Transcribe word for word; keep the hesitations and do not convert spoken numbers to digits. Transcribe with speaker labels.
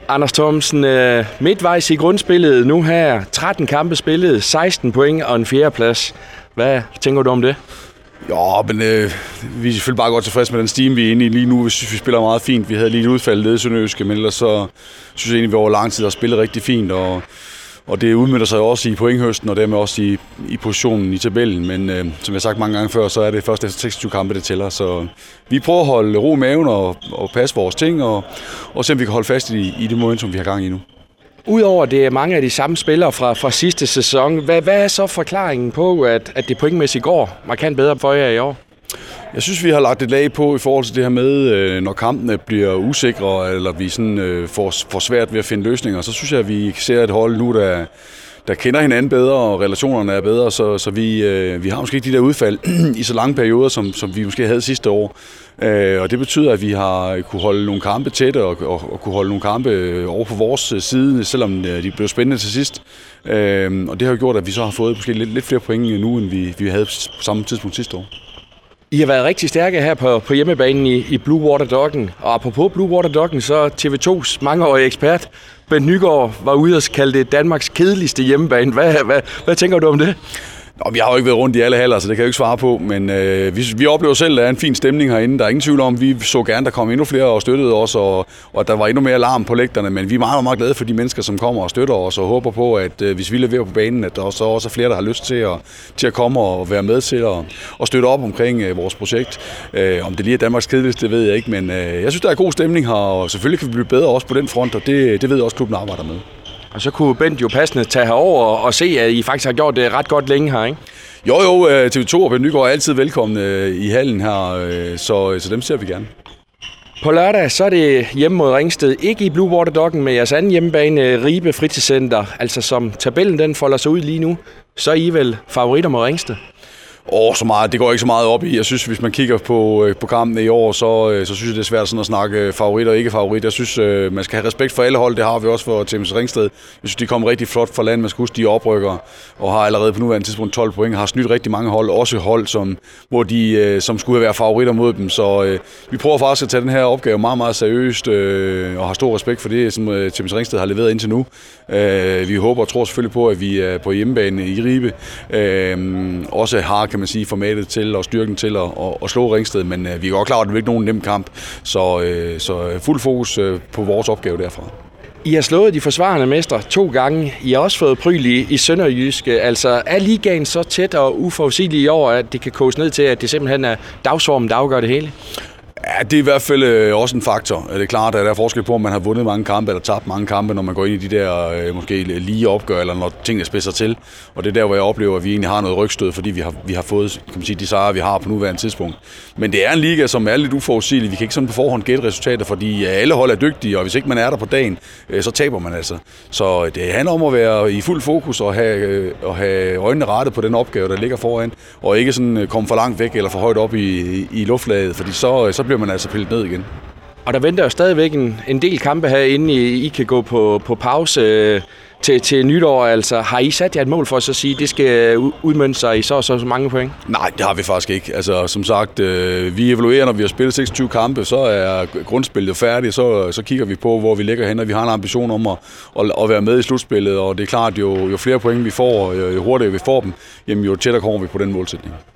Speaker 1: Anders Thomsen, øh, midtvejs i grundspillet nu her, tretten kampe spillet, seksten point og en fjerdeplads. Hvad tænker du om det?
Speaker 2: Ja, men øh, vi er selvfølgelig bare godt tilfredse med den steam, vi er inde i lige nu. Vi synes, vi spiller meget fint. Vi havde lige et udfald nede i Sønderjyske, men ellers så synes jeg egentlig, vi over lang tid har spillet rigtig fint. Og, og det udmønter sig også i pointhøsten, og dermed også i, i positionen i tabellen. Men øh, som jeg har sagt mange gange før, så er det først efter seksogtyve kampe, det tæller. Så vi prøver at holde ro i maven og, og passe vores ting, og, og se om vi kan holde fast i, i det momentum, vi har gang i nu.
Speaker 1: Udover det er mange af de samme spillere fra, fra sidste sæson, hvad, hvad er så forklaringen på, at, at det pointmæssigt går markant bedre for jer i år?
Speaker 2: Jeg synes, vi har lagt et lag på i forhold til det her med, når kampene bliver usikre, eller vi sådan, øh, får, får svært ved at finde løsninger. Så synes jeg, at vi ser et hold nu, der, der kender hinanden bedre, og relationerne er bedre, så, så vi, øh, vi har måske ikke de der udfald i så lange perioder, som, som vi måske havde sidste år. Øh, og det betyder, at vi har kunne holde nogle kampe tætte og, og, og kunne holde nogle kampe over på vores side, selvom de blev spændende til sidst. Øh, og det har jo gjort, at vi så har fået måske lidt, lidt flere point nu, end vi, vi havde på samme tidspunkt sidste år.
Speaker 1: I har været rigtig stærke her på, på hjemmebanen i, i Blue Water Doggen. Og apropos Blue Water Doggen, så T V to's mangeårige ekspert, Bent Nygård, var ude og kalde det Danmarks kedeligste hjemmebane. Hvad, hvad, hvad tænker du om det?
Speaker 2: Nå, vi har jo ikke været rundt i alle haller, så det kan jeg jo ikke svare på, men øh, vi, vi oplever selv, at der er en fin stemning herinde. Der er ingen tvivl om, vi så gerne, der kom endnu flere og støttede os, og, og at der var endnu mere larm på lægterne, men vi er meget, meget glade for de mennesker, som kommer og støtter os, og håber på, at øh, hvis vi leverer på banen, at der så også er flere, der har lyst til at, til at komme og være med til at og støtte op omkring øh, vores projekt. Øh, om det lige er Danmarks kedeligste, det ved jeg ikke, men øh, jeg synes, der er god stemning her, og selvfølgelig kan vi blive bedre også på den front, og det, det ved jeg også, klubben arbejder med.
Speaker 1: Og så kunne Bent jo passende tage herover og se, at I faktisk har gjort det ret godt længe her, ikke?
Speaker 2: Jo, jo, T V to og Bent Nygård er altid velkomne i hallen her, så, så dem ser vi gerne.
Speaker 1: På lørdag så er det hjemme mod Ringsted, ikke i Blue Water Doggen, med jeres anden hjemmebane, Ribe Fritidscenter. Altså som tabellen den folder sig ud lige nu, så er I vel favoritter mod Ringsted?
Speaker 2: Åh, så meget. Det går ikke så meget op i. Jeg synes, hvis man kigger på, på kampen i år, så, så synes jeg, det er svært sådan at snakke favorit og ikke favorit. Jeg synes, man skal have respekt for alle hold. Det har vi også for T V Ringsted. Jeg synes, de kom rigtig flot fra land. Man skal huske, de oprykker og har allerede på nuværende tidspunkt tolv point. Har snydt rigtig mange hold. Også hold, som, hvor de, som skulle være favoritter mod dem. Så øh, vi prøver faktisk at tage den her opgave meget, meget seriøst øh, og har stor respekt for det, som T V Ringsted har leveret indtil nu. Øh, vi håber og tror selvfølgelig på, at vi er på hjemmebane i Ribe. Øh, også har, kan man sige, formatet til og styrken til at, at, at slå Ringsted, men øh, vi er godt klar, at det er ikke nogen nem kamp, så, øh, så fuld fokus øh, på vores opgave derfra.
Speaker 1: I har slået de forsvarende mestre to gange. I har også fået pryl i, i Sønderjyske. Altså er ligaen så tæt og uforudsigelig i år, at det kan koges ned til, at det simpelthen er dagsformen, der afgør det hele?
Speaker 2: Ja, det er i hvert fald øh, også en faktor. Det er klart, at der er forskel på, om man har vundet mange kampe eller tabt mange kampe, når man går ind i de der øh, måske lige opgør, eller når tingene spidser til. Og det er der, hvor jeg oplever, at vi egentlig har noget rygstød, fordi vi har, vi har fået, kan man sige, de sejre, vi har på nuværende tidspunkt. Men det er en liga, som er lidt uforudsigelig. Vi kan ikke sådan på forhånd gætte resultater, fordi alle hold er dygtige, og hvis ikke man er der på dagen, øh, så taber man altså. Så det handler om at være i fuld fokus og have, øh, og have øjnene rettet på den opgave, der ligger foran, og ikke sådan komme for langt væk eller for højt op i, i, i luftlaget, fordi så, så bliver man altså pillet ned igen.
Speaker 1: Og der venter jo stadigvæk en, en del kampe herinde, I, I kan gå på, på pause øh, til, til nytår. Altså, har I sat jer et mål for at så sige, at det skal udmønte sig i så og så mange point?
Speaker 2: Nej, det har vi faktisk ikke. Altså, som sagt, øh, vi evaluerer, når vi har spillet seksogtyve kampe, så er grundspillet færdigt, så, så kigger vi på, hvor vi ligger hen, og vi har en ambition om at, at, at være med i slutspillet, og det er klart, jo, jo flere point vi får, jo hurtigere vi får dem, jamen, jo tættere kommer vi på den målsætning.